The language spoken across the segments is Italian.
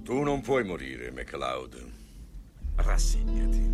Tu non puoi morire, MacLeod. Rassegnati.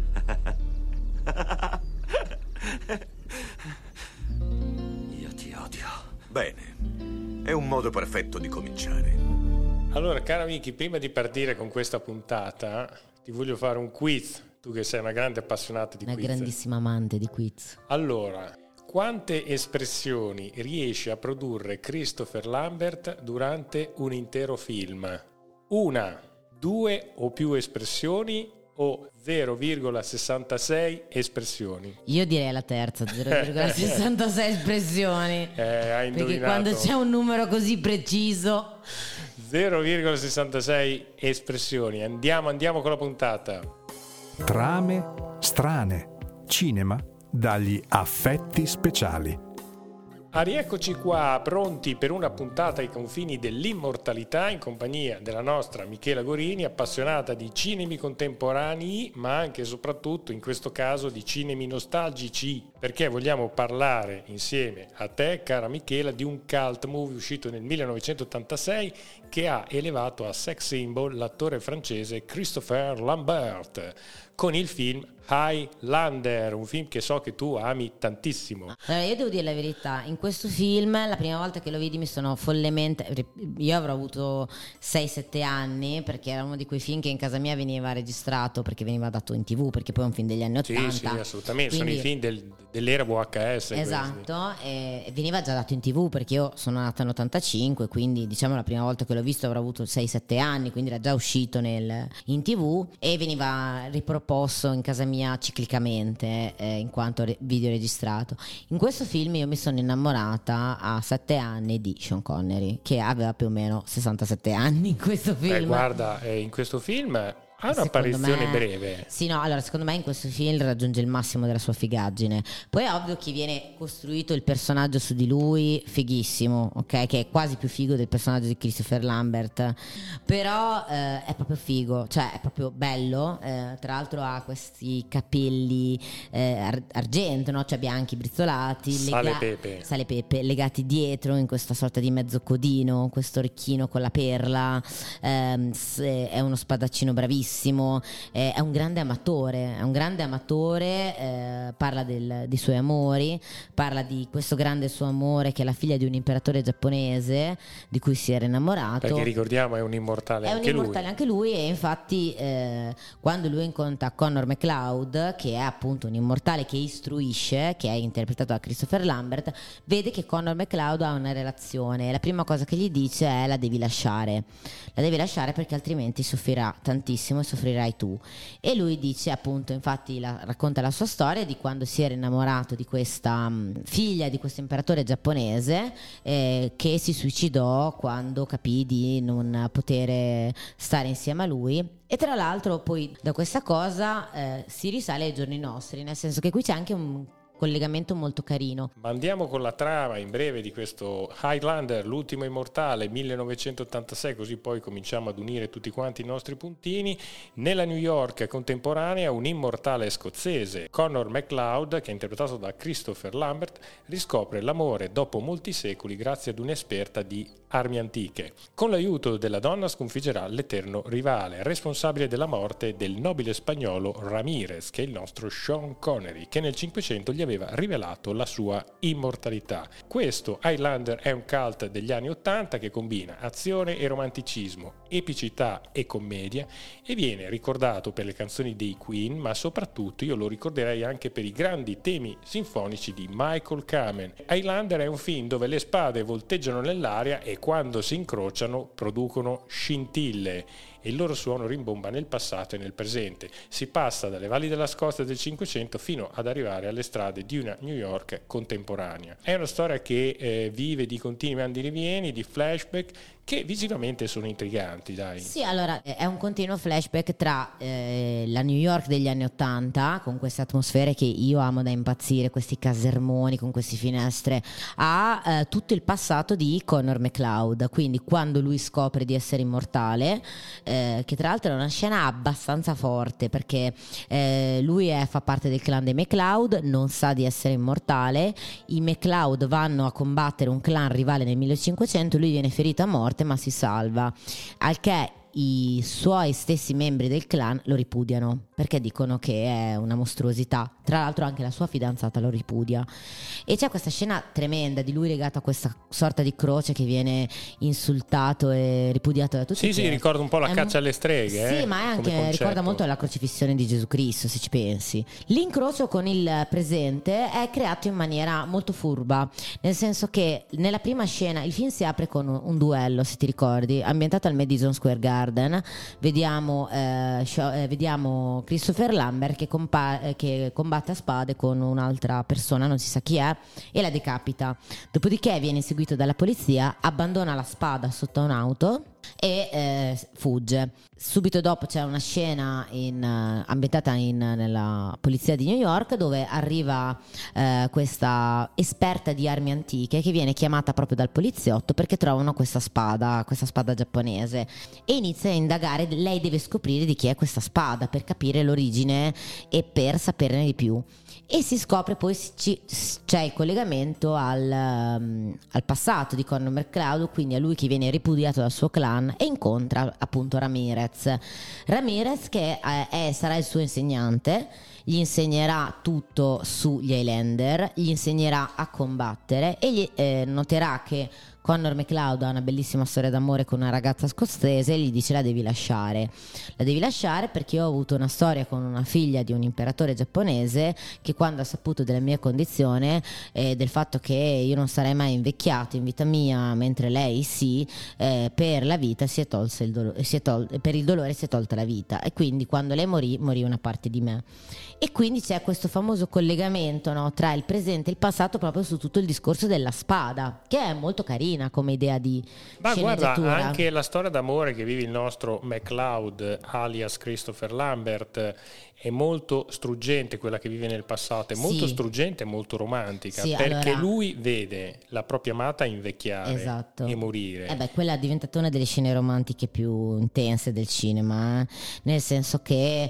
Io ti odio. Bene, è un modo perfetto di cominciare. Allora, caro amici, prima di partire con questa puntata, ti voglio fare un quiz. Tu che sei una grande appassionata di quiz. Una grandissima amante di quiz. Allora, quante espressioni riesce a produrre Christopher Lambert durante un intero film? Una, due o più espressioni o 0,66 espressioni? Io direi la terza, 0,66 espressioni. Hai indovinato. Perché quando c'è un numero così preciso... 0,66 espressioni. Andiamo con la puntata. Trame strane. Cinema dagli affetti speciali. Rieccoci qua, pronti per una puntata ai confini dell'immortalità in compagnia della nostra Michela Gorini, appassionata di cinemi contemporanei, ma anche e soprattutto in questo caso di cinemi nostalgici, perché vogliamo parlare insieme a te, cara Michela, di un cult movie uscito nel 1986 che ha elevato a sex symbol l'attore francese Christopher Lambert con il film Highlander, un film che so che tu ami tantissimo. Allora, io devo dire la verità, in questo film la prima volta che lo vidi mi sono follemente... Io avrò avuto 6-7 anni, perché era uno di quei film che in casa mia veniva registrato, perché veniva dato in TV, perché poi è un film degli anni 80. Sì, assolutamente. Quindi, sono i film dell'era VHS. Esatto, e veniva già dato in TV, perché io sono nata nell'85, quindi diciamo la prima volta che l'ho visto avrò avuto 6-7 anni, quindi era già uscito in TV e veniva riproposto in casa mia ciclicamente, in quanto video registrato. In questo film io mi sono innamorata a 7 anni di Sean Connery, che aveva più o meno 67 anni in questo film. Guarda, in questo film ha un'apparizione breve. Sì, no, allora secondo me in questo film raggiunge il massimo della sua figaggine. Poi è ovvio che viene costruito il personaggio su di lui fighissimo, ok? Che è quasi più figo del personaggio di Christopher Lambert. Però è proprio figo, cioè è proprio bello. Tra l'altro ha questi capelli argento, no? Cioè bianchi, brizzolati, sale pepe, legati dietro in questa sorta di mezzo codino, questo orecchino con la perla. È uno spadaccino bravissimo. È un grande amatore, parla dei suoi amori, parla di questo grande suo amore che è la figlia di un imperatore giapponese di cui si era innamorato, perché ricordiamo è un immortale anche lui e infatti quando lui incontra Connor MacLeod, che è appunto un immortale che istruisce, che è interpretato da Christopher Lambert, vede che Connor MacLeod ha una relazione e la prima cosa che gli dice è: la devi lasciare perché altrimenti soffrirà tantissimo, soffrirai tu. E lui dice appunto, infatti racconta la sua storia di quando si era innamorato di questa figlia di questo imperatore giapponese che si suicidò quando capì di non poter stare insieme a lui. E tra l'altro poi da questa cosa si risale ai giorni nostri, nel senso che qui c'è anche un collegamento molto carino. Ma andiamo con la trama in breve di questo Highlander, l'ultimo immortale, 1986, così poi cominciamo ad unire tutti quanti i nostri puntini. Nella New York contemporanea un immortale scozzese, Connor MacLeod, che è interpretato da Christopher Lambert, riscopre l'amore dopo molti secoli grazie ad un'esperta di armi antiche. Con l'aiuto della donna sconfiggerà l'eterno rivale, responsabile della morte del nobile spagnolo Ramirez, che è il nostro Sean Connery, che nel 500 gli aveva rivelato la sua immortalità. Questo Highlander è un cult degli anni 80 che combina azione e romanticismo, epicità e commedia e viene ricordato per le canzoni dei Queen, ma soprattutto io lo ricorderei anche per i grandi temi sinfonici di Michael Kamen. Highlander è un film dove le spade volteggiano nell'aria e quando si incrociano producono scintille e il loro suono rimbomba nel passato e nel presente. Si passa dalle valli della Scozia del Cinquecento fino ad arrivare alle strade di una New York contemporanea. È una storia che vive di continui andiri e rivieni, di flashback che visivamente sono intriganti, dai. Sì, allora è un continuo flashback tra la New York degli anni 80 con queste atmosfere che io amo da impazzire, questi casermoni con queste finestre, a tutto il passato di Connor MacLeod, quindi quando lui scopre di essere immortale, che tra l'altro è una scena abbastanza forte perché lui fa parte del clan dei MacLeod, non sa di essere immortale, i MacLeod vanno a combattere un clan rivale nel 1500, lui viene ferito a morte ma si salva, al che i suoi stessi membri del clan lo ripudiano perché dicono che è una mostruosità. Tra l'altro anche la sua fidanzata lo ripudia, e c'è questa scena tremenda di lui legato a questa sorta di croce che viene insultato e ripudiato da tutti. Sì, ricorda un po' la caccia alle streghe. Sì, ma è anche, ricorda molto la crocifissione di Gesù Cristo, se ci pensi. L'incrocio con il presente è creato in maniera molto furba, nel senso che nella prima scena il film si apre con un duello, se ti ricordi, ambientato al Madison Square Garden. Vediamo Christopher Lambert che combatte a spade con un'altra persona, non si sa chi è, e la decapita. Dopodiché viene inseguito dalla polizia, abbandona la spada sotto un'auto e fugge. Subito dopo c'è una scena ambientata nella polizia di New York, dove arriva questa esperta di armi antiche che viene chiamata proprio dal poliziotto perché trovano questa spada giapponese, e inizia a indagare. Lei deve scoprire di chi è questa spada per capire l'origine e per saperne di più, e si scopre poi c'è il collegamento al passato di Connor McCloud, quindi a lui che viene ripudiato dal suo clan, e incontra appunto Ramirez che sarà il suo insegnante. Gli insegnerà tutto sugli Highlander, gli insegnerà a combattere, e noterà che Connor McCloud ha una bellissima storia d'amore con una ragazza scozzese e gli dice: la devi lasciare perché io ho avuto una storia con una figlia di un imperatore giapponese che, quando ha saputo della mia condizione e del fatto che io non sarei mai invecchiato in vita mia mentre lei sì, per la vita per il dolore si è tolta la vita, e quindi quando lei morì una parte di me. E quindi c'è questo famoso collegamento, no, tra il presente e il passato, proprio su tutto il discorso della spada, che è molto carina come idea di sceneggiatura. Guarda, anche la storia d'amore che vive il nostro McCloud alias Christopher Lambert è molto struggente, quella che vive nel passato è molto struggente e molto romantica, perché lui vede la propria amata invecchiare e morire. Quella è diventata una delle scene romantiche più intense del cinema, nel senso che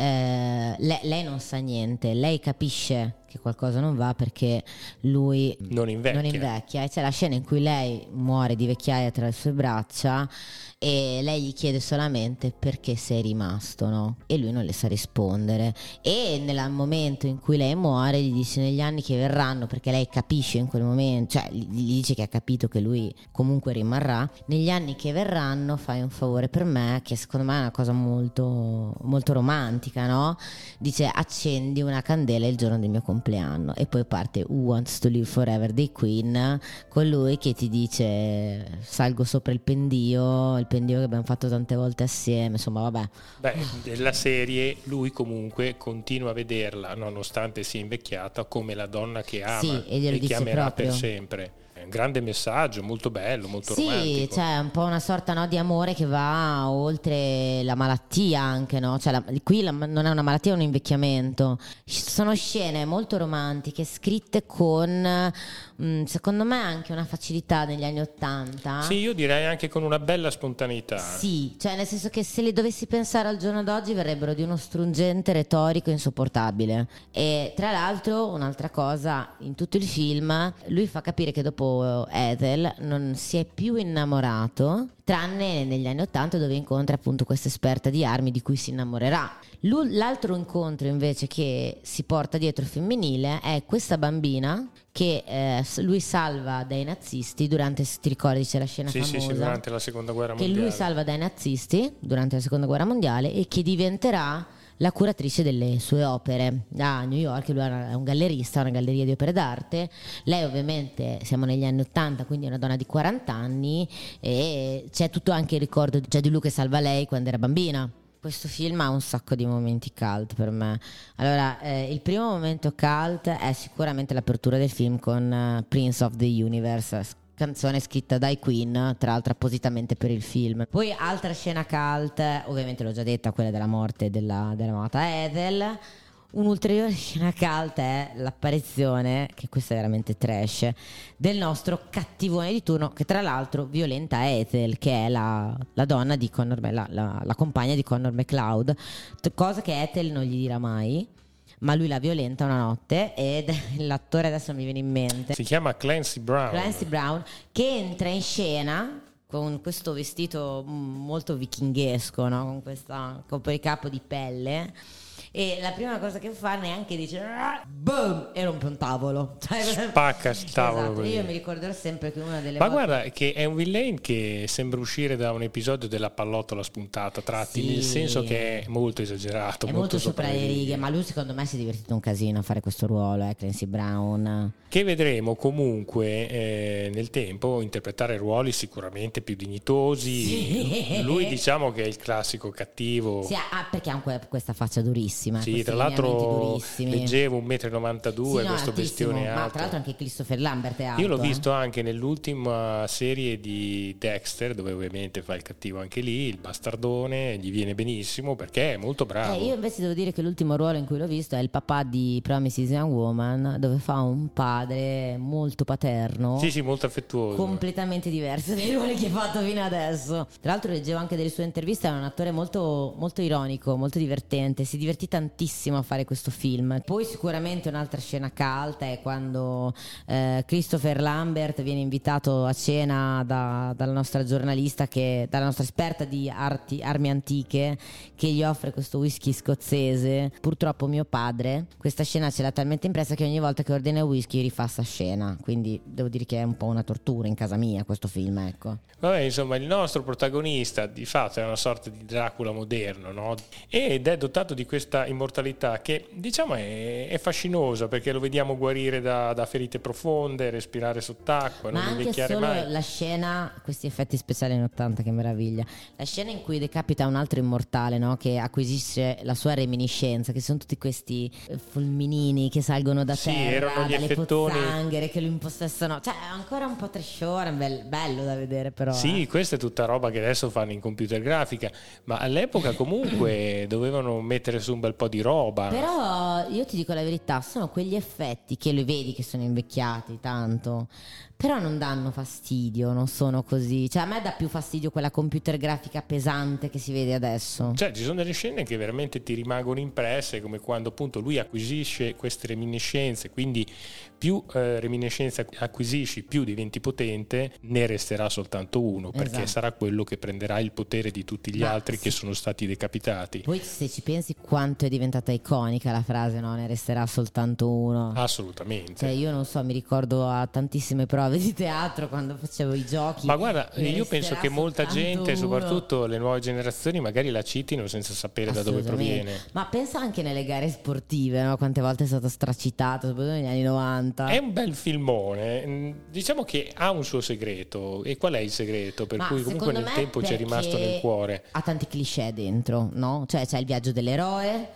lei non sa niente, lei capisce che qualcosa non va perché lui non invecchia, e c'è la scena in cui lei muore di vecchiaia tra le sue braccia e lei gli chiede solamente perché sei rimasto, no? E lui non le sa rispondere, e nel momento in cui lei muore gli dice: negli anni che verranno, perché lei capisce in quel momento, cioè gli dice che ha capito che lui comunque rimarrà, negli anni che verranno fai un favore per me, che secondo me è una cosa molto, molto romantica, no? Dice: accendi una candela il giorno del mio compleanno. E poi parte Who Wants to Live Forever dei Queen, con lui che ti dice: salgo sopra il pendio che abbiamo fatto tante volte assieme, insomma vabbè. Nella serie lui comunque continua a vederla, nonostante sia invecchiata, come la donna che ama e che amerà per sempre. È un grande messaggio, molto bello, molto romantico. Sì, c'è un po' una sorta, no, di amore che va oltre la malattia anche, no? Cioè non è una malattia, è un invecchiamento. Sono scene molto romantiche, scritte con, secondo me, anche una facilità negli anni '80. Sì, io direi anche con una bella spontaneità. Sì, cioè nel senso che se li dovessi pensare al giorno d'oggi verrebbero di uno struggente retorico insopportabile. E tra l'altro, un'altra cosa, in tutto il film lui fa capire che dopo Ethel non si è più innamorato, tranne negli anni '80, dove incontra appunto questa esperta di armi di cui si innamorerà. L'altro incontro invece che si porta dietro femminile è questa bambina che lui salva dai nazisti durante, se ti ricordi c'è la scena famosa, sì, durante la seconda guerra mondiale, che lui salva dai nazisti durante la seconda guerra mondiale e che diventerà la curatrice delle sue opere a New York. Lui è un gallerista, una galleria di opere d'arte. Lei ovviamente, siamo negli anni '80, quindi è una donna di 40 anni, e c'è tutto anche il ricordo di lui che salva lei quando era bambina. Questo film ha un sacco di momenti cult per me. Allora, il primo momento cult è sicuramente l'apertura del film con Prince of the Universe, canzone scritta dai Queen, tra l'altro appositamente per il film. Poi altra scena cult, ovviamente l'ho già detta, quella della morte dell'amata Ethel. Un'ulteriore scena cult è l'apparizione, che questa è veramente trash, del nostro cattivone di turno, che tra l'altro violenta Ethel, che è la donna di Connor, la compagna di Connor McCloud, cosa che Ethel non gli dirà mai, ma lui la violenta una notte, ed l'attore adesso mi viene in mente, si chiama Clancy Brown, che entra in scena con questo vestito molto vichinghesco, no? Con questa copricapo di pelle. E la prima cosa che fa neanche dice boom e rompe un tavolo, spacca il tavolo, esatto. così. Io mi ricorderò sempre che una delle ma volte... guarda che è un villain che sembra uscire da un episodio della pallottola spuntata tratti, Sì. nel senso che è molto esagerato, è molto sopra le righe, ma lui secondo me si è divertito un casino a fare questo ruolo, Clancy Brown, che vedremo comunque nel tempo interpretare ruoli sicuramente più dignitosi. Sì. Lui diciamo che è il classico cattivo. sì, perché ha questa faccia durissima, Sì, questi tra l'altro lineamenti durissimi. leggevo 1,92 m, Sì, no, questo altissimo, bestione ma alto. tra l'altro anche Christopher Lambert è alto. Io l'ho visto anche nell'ultima serie di Dexter, dove ovviamente fa il cattivo anche lì, il bastardone, gli viene benissimo perché è molto bravo. Io invece devo dire che l'ultimo ruolo in cui l'ho visto è il papà di Promises Young Woman, dove fa un padre molto paterno. Sì, molto affettuoso. Completamente diverso dai ruoli che ha fatto fino adesso. Tra l'altro leggevo anche delle sue interviste, è un attore molto, molto ironico, molto divertente, si divertì tantissimo a fare questo film. Poi sicuramente un'altra scena cult è quando Christopher Lambert viene invitato a cena dalla nostra giornalista, dalla nostra esperta di armi antiche, che gli offre questo whisky scozzese. Purtroppo mio padre questa scena ce l'ha talmente impressa che ogni volta che ordina whisky rifà sta scena, quindi devo dire che è un po' una tortura in casa mia questo film, ecco. Vabbè, insomma, il nostro protagonista di fatto è una sorta di Dracula moderno, no? Ed è dotato di questa immortalità che diciamo è fascinosa, perché lo vediamo guarire da ferite profonde, respirare sott'acqua, ma non anche invecchiare solo mai. la scena, questi effetti speciali in 80, che meraviglia, la scena in cui decapita un altro immortale, no? Che acquisisce la sua reminiscenza, che sono tutti questi fulminini che salgono da Sì, terra, erano gli dalle effettoni. pozzanghere che lo impossessano, cioè è ancora un po' trashore, bello da vedere però. Sì, questa è tutta roba che adesso fanno in computer grafica, ma all'epoca comunque dovevano mettere su un bel po' di roba. Però io ti dico la verità, sono quegli effetti che li vedi che sono invecchiati tanto, però non danno fastidio, non sono così, cioè a me dà più fastidio quella computer grafica pesante che si vede adesso. Cioè ci sono delle scene che veramente ti rimangono impresse, come quando appunto lui acquisisce queste reminiscenze, quindi più reminiscenze acquisisci, più diventi potente, ne resterà soltanto uno, perché Esatto. sarà quello che prenderà il potere di tutti gli altri che sono stati decapitati. Poi se ci pensi quanto è diventata iconica la frase, no? Ne resterà soltanto uno. Assolutamente. Cioè io non so, mi ricordo a tantissime prove di teatro quando facevo i giochi. Ma guarda, ne io penso resterà che molta soltanto gente, uno. soprattutto le nuove generazioni, magari la citino senza sapere da dove Assolutamente. proviene. Ma pensa anche nelle gare sportive, no? Quante volte è stato stracitato, soprattutto negli anni 90. È un bel filmone, diciamo che ha un suo segreto. E qual è il segreto? Per Ma cui comunque secondo nel me tempo ci è rimasto perché nel cuore. ha tanti cliché dentro, no? Cioè c'è il viaggio dell'eroe,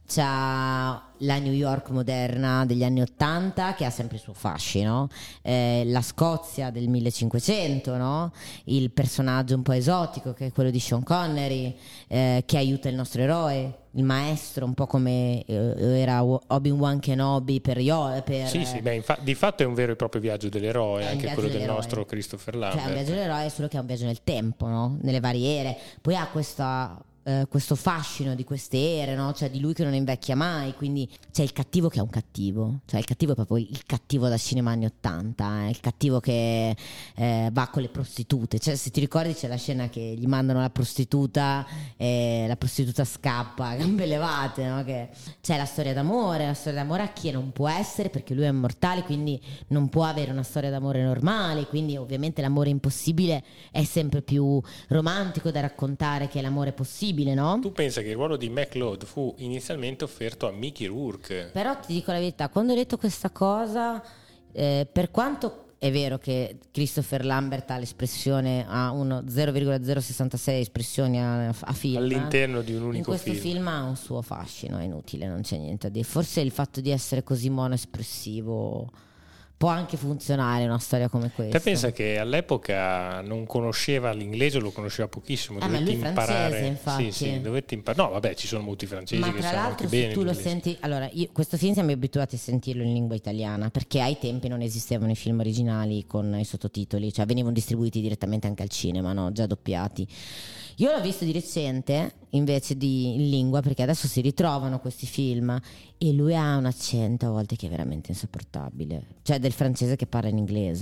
c'ha la New York moderna degli anni 80 che ha sempre il suo fascino, la Scozia del 1500, no? Il personaggio un po' esotico che è quello di Sean Connery, che aiuta il nostro eroe, il maestro, un po' come era Obi-Wan Kenobi per Sì, beh, di fatto è un vero e proprio viaggio dell'eroe, È un anche viaggio quello del dell'eroe. nostro Christopher Cioè è un Lambert. viaggio dell'eroe, solo che è un viaggio nel tempo, no? Nelle varie ere. Poi ha questo fascino di queste ere, no? Cioè di lui che non invecchia mai, quindi c'è il cattivo che è un cattivo, cioè il cattivo è proprio il cattivo da cinema anni 80, il cattivo che va con le prostitute, cioè se ti ricordi c'è la scena che gli mandano la prostituta e la prostituta scappa a gambe levate, no? Che c'è la storia d'amore a chi non può essere, perché lui è immortale, quindi non può avere una storia d'amore normale, quindi ovviamente l'amore impossibile è sempre più romantico da raccontare che l'amore possibile, no? Tu pensa che il ruolo di McLeod fu inizialmente offerto a Mickey Rourke. Però ti dico la verità, quando ho detto questa cosa, per quanto è vero che Christopher Lambert ha l'espressione, ha uno 0,066 espressioni a film All'interno di un in unico questo film. film ha un suo fascino, è inutile, non c'è niente da dire. Forse il fatto di essere così monoespressivo può anche funzionare una storia come questa. Te pensa che all'epoca non conosceva l'inglese, lo conosceva pochissimo, ma dovetti lui è imparare. francese, infatti. Sì, dovetti imparare. No, vabbè, ci sono molti francesi Ma che tra sanno l'altro anche se bene tu lo l'inglese. senti, allora questo film siamo abituati a sentirlo in lingua italiana, perché ai tempi non esistevano i film originali con i sottotitoli, cioè venivano distribuiti direttamente anche al cinema, no? Già doppiati. Io l'ho visto di recente invece in lingua, perché adesso si ritrovano questi film e lui ha un accento a volte che è veramente insopportabile, cioè del francese che parla in inglese.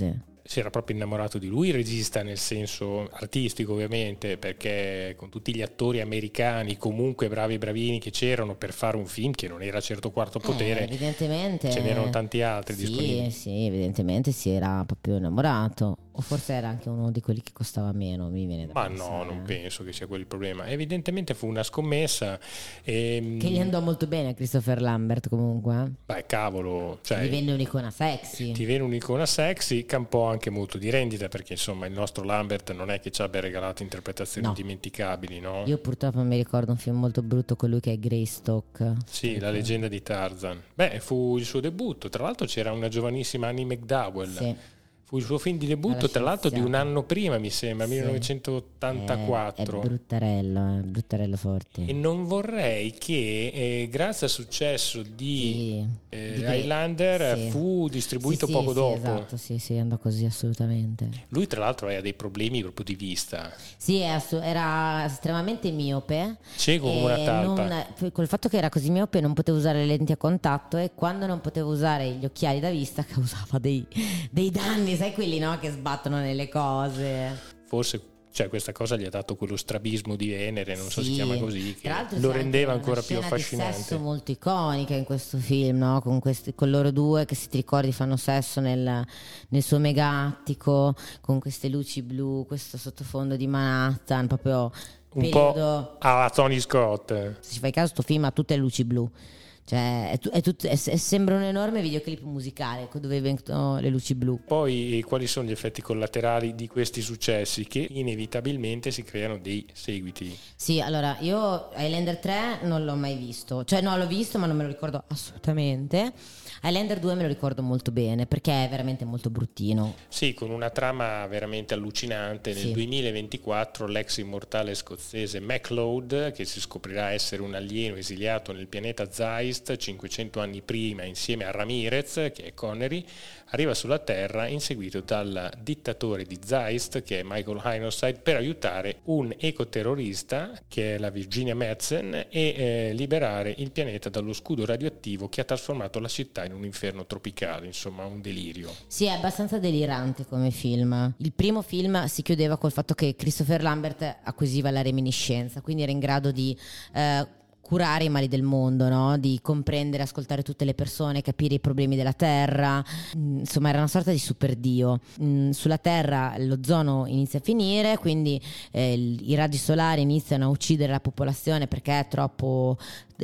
si era proprio innamorato di lui, il regista, nel senso artistico ovviamente, perché con tutti gli attori americani comunque bravi e bravini che c'erano per fare un film che non era certo Quarto Potere, evidentemente ce n'erano tanti altri disponibili. Sì, evidentemente si era proprio innamorato, o forse era anche uno di quelli che costava meno, mi viene da Ma pensare. no, non penso che sia quello il problema. Evidentemente fu una scommessa che gli andò molto bene a Christopher Lambert comunque. Beh, cavolo, cioè, divenne un'icona sexy. Divenne un'icona sexy, campò anche molto di rendita, perché insomma il nostro Lambert non è che ci abbia regalato interpretazioni indimenticabili, no? Io purtroppo mi ricordo un film molto brutto con lui che è Greystock. Sì, La leggenda di Tarzan. Beh, fu il suo debutto, tra l'altro c'era una giovanissima Annie McDowell. Sì. Fu il suo film di debutto, tra l'altro di un anno prima, mi sembra, 1984. È bruttarello forte. E non vorrei che grazie al successo di Highlander fu distribuito poco dopo. Esatto, sì, andò così assolutamente. Lui tra l'altro aveva dei problemi proprio di vista. Sì, era estremamente miope. Cieco come una talpa. Col fatto che era così miope non poteva usare le lenti a contatto, e quando non poteva usare gli occhiali da vista causava dei danni, sai, quelli, no, che sbattono nelle cose. Forse, cioè, questa cosa gli ha dato quello strabismo di Venere, non so se si chiama così, che lo c'è rendeva ancora più una affascinante. Di sesso molto iconica in questo film, no? Con loro due che, se ti ricordi, fanno sesso nel suo megattico con queste luci blu, questo sottofondo di Manhattan, proprio un po' alla Tony Scott. Se ci fai caso, sto film ha tutte le luci blu. Cioè sembra un enorme videoclip musicale dove vengono le luci blu. Poi quali sono gli effetti collaterali di questi successi? Che inevitabilmente si creano dei seguiti. Sì, allora io Highlander 3 non l'ho mai visto, cioè no, l'ho visto ma non me lo ricordo assolutamente. Highlander 2 me lo ricordo molto bene perché è veramente molto bruttino. Sì, con una trama veramente allucinante. Nel 2024 l'ex immortale scozzese MacLeod, che si scoprirà essere un alieno esiliato nel pianeta Zeist 500 anni prima insieme a Ramirez, che è Connery, arriva sulla Terra inseguito dal dittatore di Zeist, che è Michael Ironside, per aiutare un ecoterrorista, che è la Virginia Madsen, e liberare il pianeta dallo scudo radioattivo che ha trasformato la città in un inferno tropicale, insomma un delirio. Sì, è abbastanza delirante come film. Il primo film si chiudeva col fatto che Christopher Lambert acquisiva la reminiscenza, quindi era in grado di curare i mali del mondo, no? Di comprendere, ascoltare tutte le persone, capire i problemi della Terra. Insomma, era una sorta di super dio. Sulla Terra l'ozono inizia a finire, quindi i raggi solari iniziano a uccidere la popolazione perché è troppo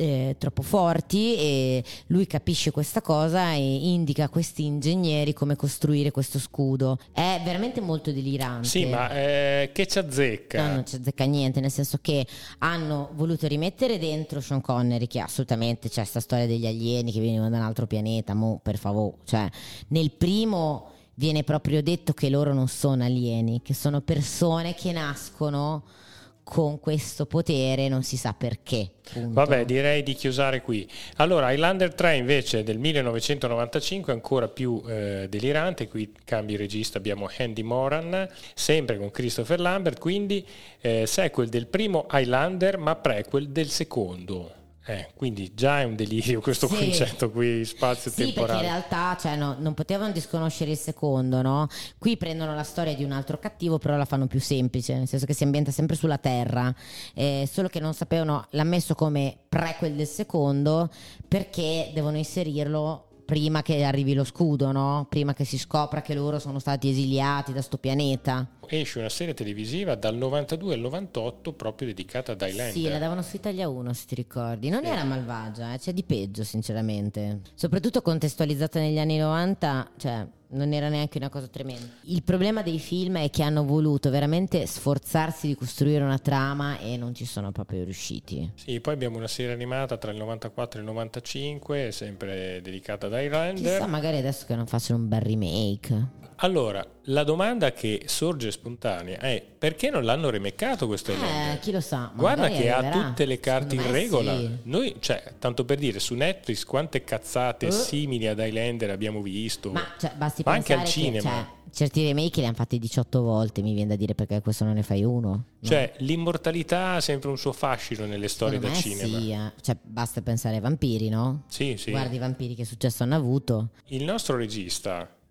forti, e lui capisce questa cosa e indica a questi ingegneri come costruire questo scudo. È veramente molto delirante. Sì, ma che ci azzecca? No, non ci azzecca niente, nel senso che hanno voluto rimettere dentro Sean Connery, che assolutamente c'è sta storia degli alieni che venivano da un altro pianeta, per favore, cioè nel primo viene proprio detto che loro non sono alieni, che sono persone che nascono con questo potere, non si sa perché. Punto. Vabbè, direi di chiusare qui. Allora, Highlander 3 invece del 1995 è ancora più delirante. Qui cambi regista, abbiamo Andy Moran, sempre con Christopher Lambert, quindi sequel del primo Highlander ma prequel del secondo. Quindi già è un delirio questo concetto qui, spazio-temporale. Sì, perché in realtà non potevano disconoscere il secondo, no? Qui prendono la storia di un altro cattivo, però la fanno più semplice, nel senso che si ambienta sempre sulla Terra, solo che non sapevano, l'ha messo come prequel del secondo perché devono inserirlo prima che arrivi lo scudo, no? Prima che si scopra che loro sono stati esiliati da sto pianeta. Esce una serie televisiva dal 92 al 98 proprio dedicata ad Highlander. Sì, la davano su Italia 1, se ti ricordi. Non era malvagia, c'è di peggio sinceramente. Soprattutto contestualizzata negli anni 90, cioè non era neanche una cosa tremenda. Il problema dei film è che hanno voluto veramente sforzarsi di costruire una trama e non ci sono proprio riusciti. Sì, poi abbiamo una serie animata tra il 94 e il 95, sempre dedicata ad Highlander. Chissà, magari adesso che non facciano un bel remake. Allora, la domanda che sorge spontanea è: perché non l'hanno remakeato questo Highlander? Chi lo sa. Guarda che arriverà. ha tutte le carte in regola. Sì. Noi, cioè, tanto per dire, su Netflix quante cazzate simili ad Highlander abbiamo visto. Ma basti ma anche pensare al cinema. che certi remake li hanno fatti 18 volte, mi viene da dire, perché questo non ne fai uno. No? Cioè, l'immortalità ha sempre un suo fascino nelle storie da cinema. Sì, cioè, basta pensare ai vampiri, no? Sì. Guardi i vampiri che successo hanno avuto. Il nostro regista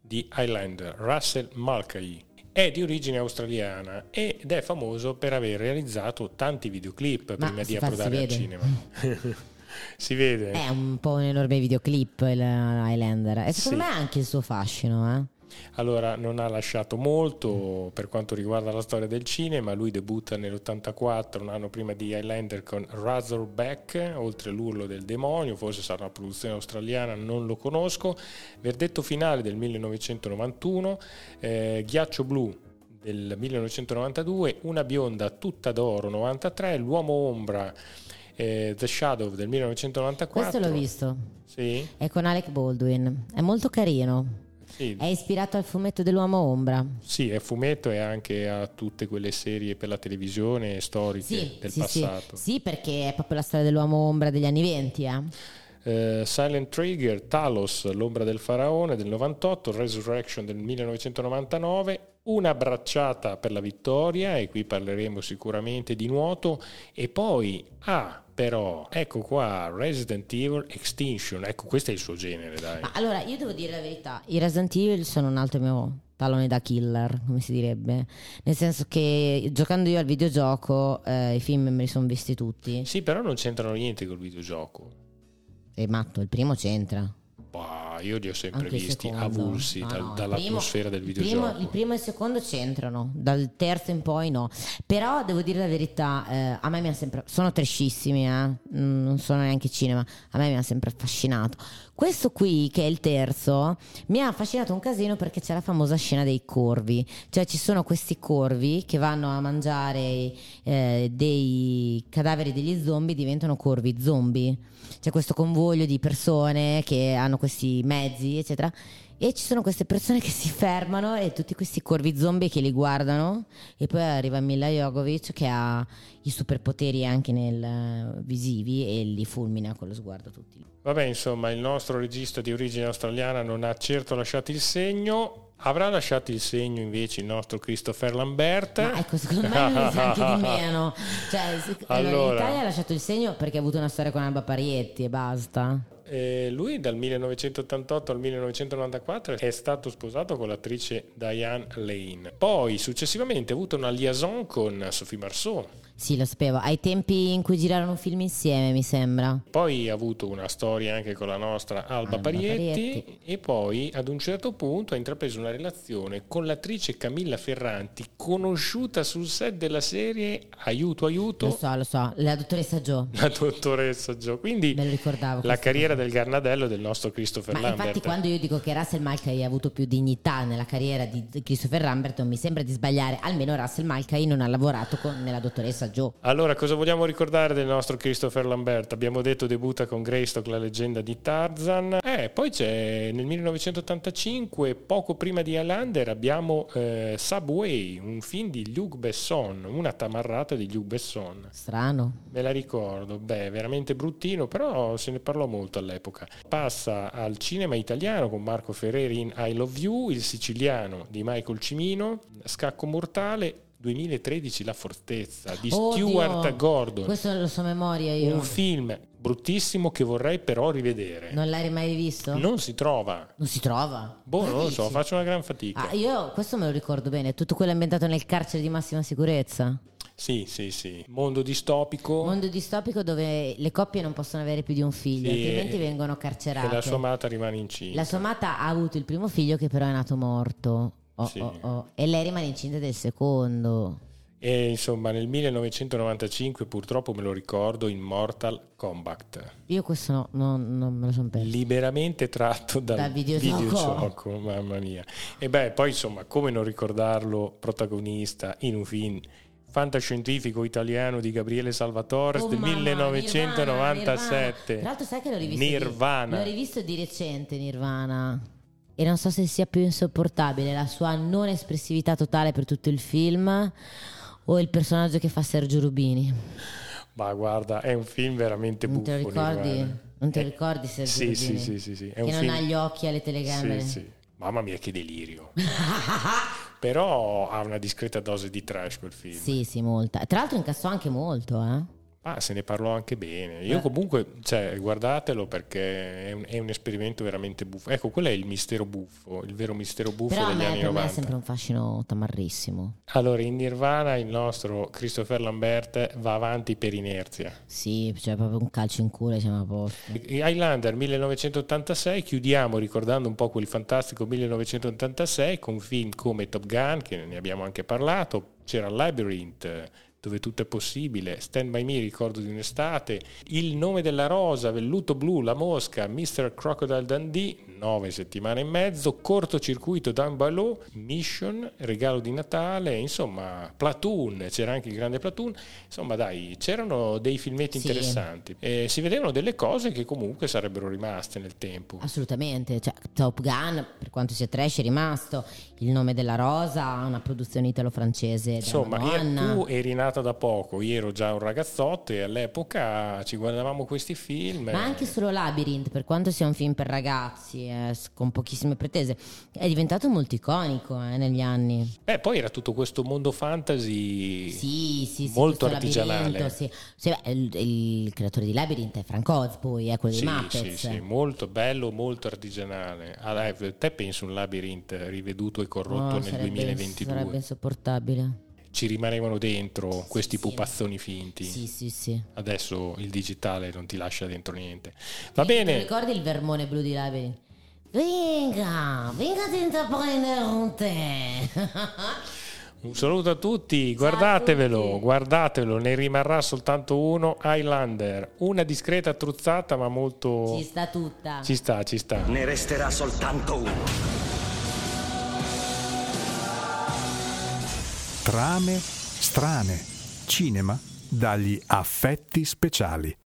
di Highlander, Russell Mulcahy. È di origine australiana ed è famoso per aver realizzato tanti videoclip prima di approdare al cinema. Si vede? È un po' un enorme videoclip il Highlander. E secondo me ha anche il suo fascino, Allora, non ha lasciato molto per quanto riguarda la storia del cinema. Lui debutta nell'84, un anno prima di Highlander, con Razorback, oltre l'urlo del demonio, forse sarà una produzione australiana, non lo conosco. Verdetto finale del 1991, Ghiaccio blu del 1992, Una bionda tutta d'oro 93, L'uomo ombra, The Shadow del 1994. Questo l'ho visto. Sì? È con Alec Baldwin. È molto carino. Sì. È ispirato al fumetto dell'uomo ombra. Sì, è fumetto e anche a tutte quelle serie per la televisione storiche del passato. Sì, perché è proprio la storia dell'uomo ombra degli anni 20. Silent Trigger, Talos, l'ombra del faraone del 98, Resurrection del 1999, Una bracciata per la vittoria, e qui parleremo sicuramente di nuoto, e poi però ecco qua Resident Evil Extinction, ecco questo è il suo genere, dai. Ma allora io devo dire la verità, i Resident Evil sono un altro mio tallone da killer, come si direbbe, nel senso che giocando io al videogioco i film me li sono visti tutti. Sì, però non c'entrano niente col videogioco. Sei matto, il primo c'entra. Bah, io li ho sempre Anche il visti secondo. avulsi dall'atmosfera del videogioco. Il primo e il secondo c'entrano, dal terzo in poi no. Però devo dire la verità, a me mi ha sempre, sono trashissimi, non sono neanche cinema, a me mi ha sempre affascinato. Questo qui, che è il terzo, mi ha affascinato un casino perché c'è la famosa scena dei corvi, cioè ci sono questi corvi che vanno a mangiare dei cadaveri degli zombie, diventano corvi zombie. C'è questo convoglio di persone che hanno questi mezzi, eccetera, e ci sono queste persone che si fermano e tutti questi corvi zombie che li guardano, e poi arriva Mila Jovovich che ha i superpoteri anche nel visivi e li fulmina con lo sguardo tutti. Vabbè, insomma, il nostro regista di origine australiana non ha certo lasciato il segno. Avrà lasciato il segno invece il nostro Christopher Lambert. Ma ecco, secondo me lui sa anche di meno. Cioè, allora, in Italia ha lasciato il segno perché ha avuto una storia con Alba Parietti e basta. Lui dal 1988 al 1994 è stato sposato con l'attrice Diane Lane. Poi successivamente ha avuto una liaison con Sophie Marceau. Sì, lo sapevo, ai tempi in cui girarono un film insieme, mi sembra. Poi ha avuto una storia anche con la nostra Alba Parietti, e poi ad un certo punto ha intrapreso una relazione con l'attrice Camilla Ferranti, conosciuta sul set della serie Aiuto. Lo so, la dottoressa Jo. La dottoressa Jo, quindi me lo ricordavo, la carriera del Garnadello del nostro Christopher Lambert. Infatti quando io dico che Russell Mulcahy ha avuto più dignità nella carriera di Christopher Lambert non mi sembra di sbagliare, almeno Russell Mulcahy non ha lavorato nella dottoressa Jo. Allora, cosa vogliamo ricordare del nostro Christopher Lambert? Abbiamo detto debutta con Greystock, la leggenda di Tarzan. Poi c'è nel 1985, poco prima di Highlander, abbiamo Subway, un film di Luc Besson, una tamarrata di Luc Besson. Strano. Me la ricordo, veramente bruttino, però se ne parlò molto all'epoca. Passa al cinema italiano con Marco Ferreri in I Love You, Il siciliano di Michael Cimino, Scacco mortale, 2013 La fortezza di Stuart Gordon. Questo lo so a memoria io. Un film bruttissimo che vorrei però rivedere. Non l'hai mai visto? Non si trova. Non si trova? Non lo so, faccio una gran fatica. Io questo me lo ricordo bene, tutto quello ambientato nel carcere di massima sicurezza. Sì. Mondo distopico. Mondo distopico dove le coppie non possono avere più di un figlio, altrimenti vengono carcerate. E la sua amata rimane incinta. La sua amata ha avuto il primo figlio che però è nato morto. E lei rimane incinta del secondo. E insomma nel 1995 purtroppo me lo ricordo in Mortal Kombat. Io questo non me lo sono perso. Liberamente tratto dal videogioco, mamma mia. E poi insomma come non ricordarlo protagonista in un film fantascientifico italiano di Gabriele Salvatore del 1997. Tra l'altro sai che l'ho rivisto Nirvana. L'ho rivisto di recente Nirvana. E non so se sia più insopportabile la sua non espressività totale per tutto il film o il personaggio che fa Sergio Rubini. Ma guarda, è un film veramente buffo. Non te lo ricordi Sergio Rubini? Sì. È che non ha gli occhi alle telecamere. Sì. Mamma mia che delirio. Però ha una discreta dose di trash quel film. Sì, molta. Tra l'altro incassò anche molto, Se ne parlò anche bene. Io comunque, guardatelo perché è un esperimento veramente buffo. Ecco, quello è il mistero buffo, il vero mistero buffo però degli anni 90. Per me è sempre un fascino tamarrissimo. Allora, in Nirvana il nostro Christopher Lambert va avanti per inerzia. Sì, cioè proprio un calcio in culo, siamo a posto. Highlander 1986, chiudiamo ricordando un po' quel fantastico 1986 con film come Top Gun, che ne abbiamo anche parlato, c'era Labyrinth, dove tutto è possibile, Stand By Me, ricordo di un'estate, Il nome della rosa, Velluto blu, La mosca, Mr. Crocodile Dundee, 9 settimane e mezzo, Cortocircuito, Down by Law, Mission, Regalo di Natale, insomma Platoon, c'era anche il grande Platoon, insomma dai, c'erano dei filmetti interessanti e si vedevano delle cose che comunque sarebbero rimaste nel tempo. Assolutamente, cioè, Top Gun, per quanto sia trash, è rimasto. Il nome della rosa, una produzione italo-francese. Insomma, tu eri nata da poco, io ero già un ragazzotto e all'epoca ci guardavamo questi film. Ma anche solo Labyrinth, per quanto sia un film per ragazzi, con pochissime pretese, è diventato molto iconico negli anni. Poi era tutto questo mondo fantasy sì, molto artigianale. Sì, il creatore di Labyrinth è Frank Oz, poi è quello di Muppets. Sì, molto bello, molto artigianale. Te pensi un Labyrinth riveduto e corrotto nel 2022? Sarebbe insopportabile. Ci rimanevano dentro questi pupazzoni finti. Sì. Adesso il digitale non ti lascia dentro niente. Va bene. Ti ricordi il vermone blu di Labyrinth? Venga a prendere un tè. Un saluto a tutti, guardatevelo, ne rimarrà soltanto uno, Highlander, una discreta truzzata ma molto... Ci sta tutta. Ci sta. Ne resterà soltanto uno. Trame strane, cinema dagli affetti speciali.